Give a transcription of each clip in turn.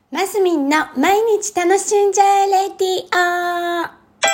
マスミンの毎日楽しんじゃえレディオ。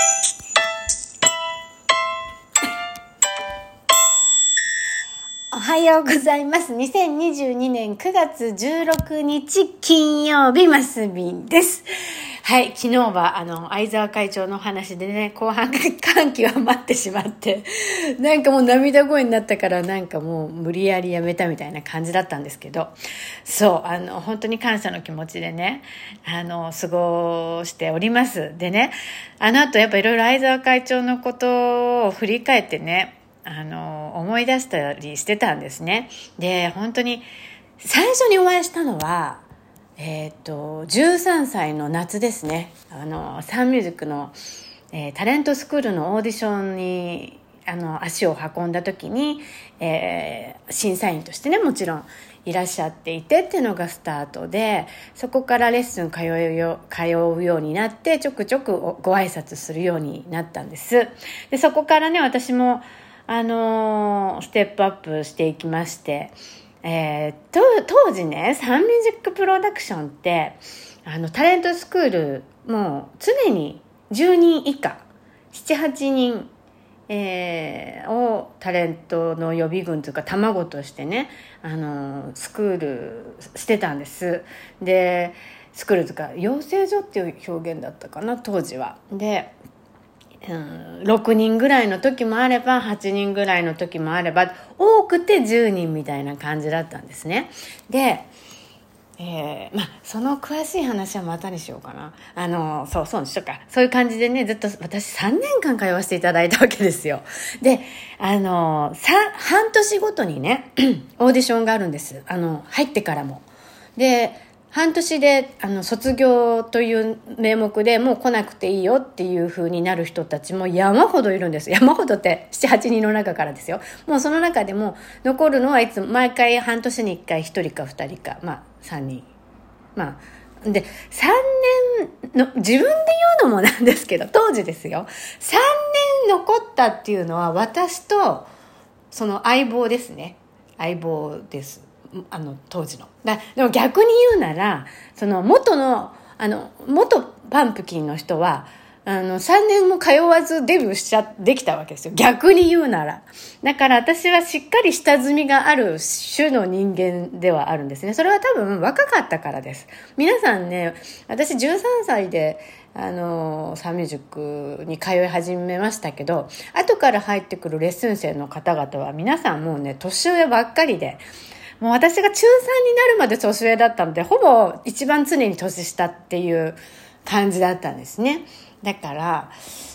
おはようございます。2022年9月16日金曜日、マスミンです。はい、昨日は相沢会長の話でね、後半歓喜は待ってしまって、なんかもう涙声になったから、なんかもう無理やりやめたみたいな感じだったんですけど、そう、本当に感謝の気持ちでね、過ごしております。でね、あの後やっぱいろいろ相沢会長のことを振り返ってね、思い出したりしてたんですね。で、本当に最初にお会いしたのは、13歳の夏ですね。サンミュージックの、タレントスクールのオーディションに足を運んだ時に、審査員としてね、もちろんいらっしゃっていてっていうのがスタートで、そこからレッスン通うようになって、ちょくちょくご挨拶するようになったんです。で、そこからね、私もステップアップしていきまして、当時ね、サンミュージックプロダクションってタレントスクールもう常に10人以下 7,8 人、をタレントの予備軍というか卵としてね、スクールしてたんです。で、スクールというか養成所っていう表現だったかな、当時は。で、6人ぐらいの時もあれば8人ぐらいの時もあれば、多くて10人みたいな感じだったんですね。で、その詳しい話はまたにしようかな。そうでしょうか。そういう感じでね、ずっと私3年間通わせていただいたわけですよ。で、半年ごとにね、オーディションがあるんです。入ってからも。で、半年で卒業という名目でもう来なくていいよっていう風になる人たちも山ほどいるんです。山ほどって 7,8 人の中からですよ。もうその中でも残るのはいつも毎回半年に1回1人か2人か、3人。で、3年の、自分で言うのもなんですけど、当時ですよ。3年残ったっていうのは私とその相棒ですね。相棒です。当時の。でも逆に言うなら、その元パンプキンの人は、3年も通わずデビューできたわけですよ。逆に言うなら。だから私はしっかり下積みがある種の人間ではあるんですね。それは多分若かったからです。皆さんね、私13歳で、サンミュージックに通い始めましたけど、後から入ってくるレッスン生の方々は皆さんもうね、年上ばっかりで、もう私が中3になるまで年上だったので、ほぼ一番常に年下っていう感じだったんですね。だから、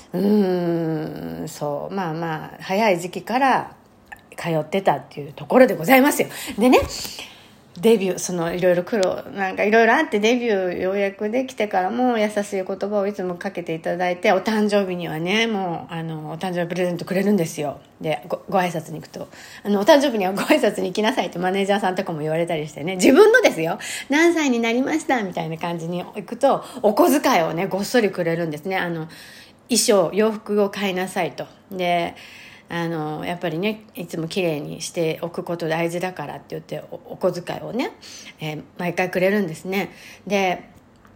そう、早い時期から通ってたっていうところでございますよ。でね、デビュー、いろいろいろいろあってデビューようやくできてからも優しい言葉をいつもかけていただいて、お誕生日にはね、もう、お誕生日プレゼントくれるんですよ。で、ご挨拶に行くと、お誕生日にはご挨拶に行きなさいってマネージャーさんとかも言われたりしてね、自分のですよ、何歳になりましたみたいな感じに行くと、お小遣いをね、ごっそりくれるんですね。洋服を買いなさいと。で、やっぱりね、いつも綺麗にしておくこと大事だからって言ってお小遣いをね、毎回くれるんですね。で、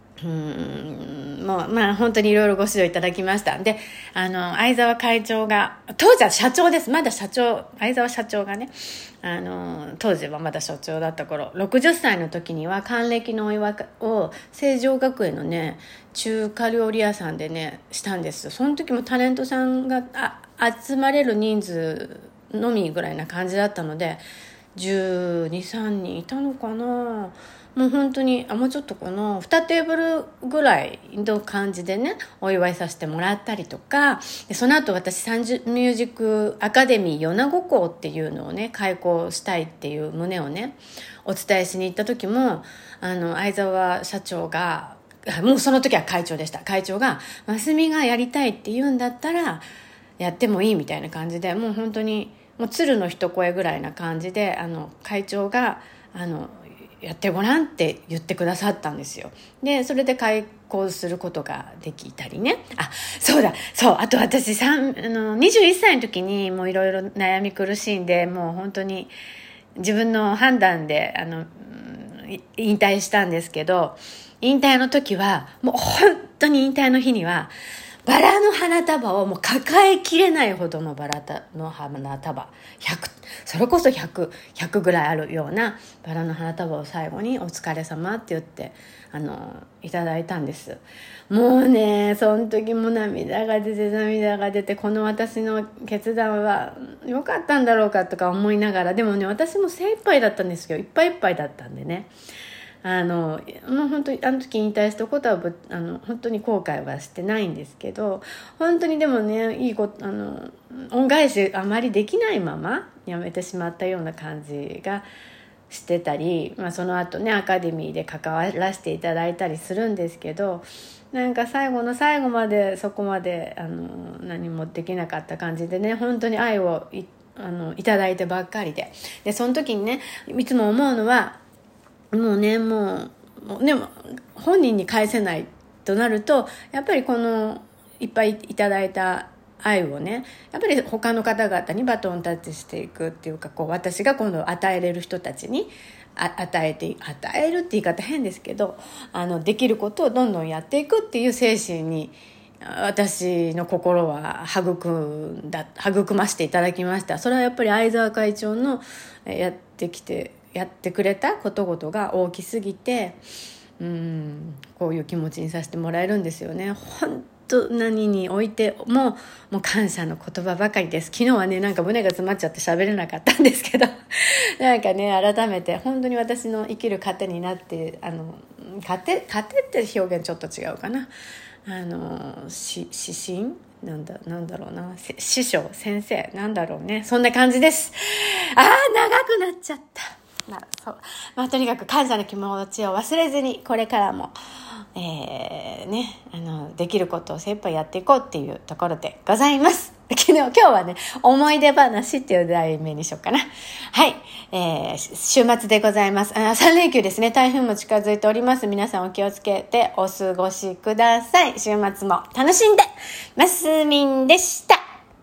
本当にいろいろご指導いただきました。で、相沢会長が、当時は社長です。まだ相沢社長がね、当時はまだ社長だった頃、60歳の時には還暦のお祝いを成城学園のね、中華料理屋さんでね、したんです。その時もタレントさんが集まれる人数のみぐらいな感じだったので、12、3人いたのかな。もう本当にもうちょっとかな、2テーブルぐらいの感じでね、お祝いさせてもらったりとか、でその後私サンミュージックアカデミー米子校っていうのをね、開校したいっていう旨をね、お伝えしに行った時も、相沢社長が、もうその時は会長でした。会長がマスミがやりたいって言うんだったらやってもいいみたいな感じで、もう本当にもう鶴の一声ぐらいな感じで、会長がやってごらんって言ってくださったんですよ。で、それで開講することができたりね。あと私21歳の時にもういろいろ悩み苦しんで、もう本当に自分の判断で引退したんですけど、引退の時はもう本当に引退の日にはバラの花束をもう抱えきれないほどのバラの花束それこそ100ぐらいあるようなバラの花束を最後にお疲れ様って言っていただいたんです。もうね、その時も涙が出て、この私の決断は良かったんだろうかとか思いながら、でもね、私も精一杯だったんですよ。いっぱいいっぱいだったんでね、もう本当にあの時引退したことは本当に後悔はしてないんですけど、本当にでもね、いいこと恩返しあまりできないまま辞めてしまったような感じがしてたり、その後ねアカデミーで関わらせていただいたりするんですけど、なんか最後の最後までそこまで何もできなかった感じでね、本当に愛をいただいてばっかりで、その時にね、いつも思うのは、もう本人に返せないとなると、やっぱりこのいっぱいいただいた愛をね、やっぱり他の方々にバトンタッチしていくっていうか、私が今度与えれる人たちに与えるって言い方変ですけど、できることをどんどんやっていくっていう精神に私の心は育ましていただきました。それはやっぱり相沢会長のやってくれたことごとが大きすぎて、こういう気持ちにさせてもらえるんですよね。本当何においてもう感謝の言葉ばかりです。昨日はね、なんか胸が詰まっちゃって喋れなかったんですけどなんかね、改めて本当に私の生きる糧になって、糧って表現ちょっと違うかな、指針なんだろうな、師匠先生なんだろうね、そんな感じです。長くなっちゃった。とにかく感謝の気持ちを忘れずに、これからもできることを精一杯やっていこうっていうところでございます。今日はね、思い出話っていう題名にしようかな。はい、週末でございます。3連休ですね。台風も近づいております。皆さんお気をつけてお過ごしください。週末も楽しんでますみんでした。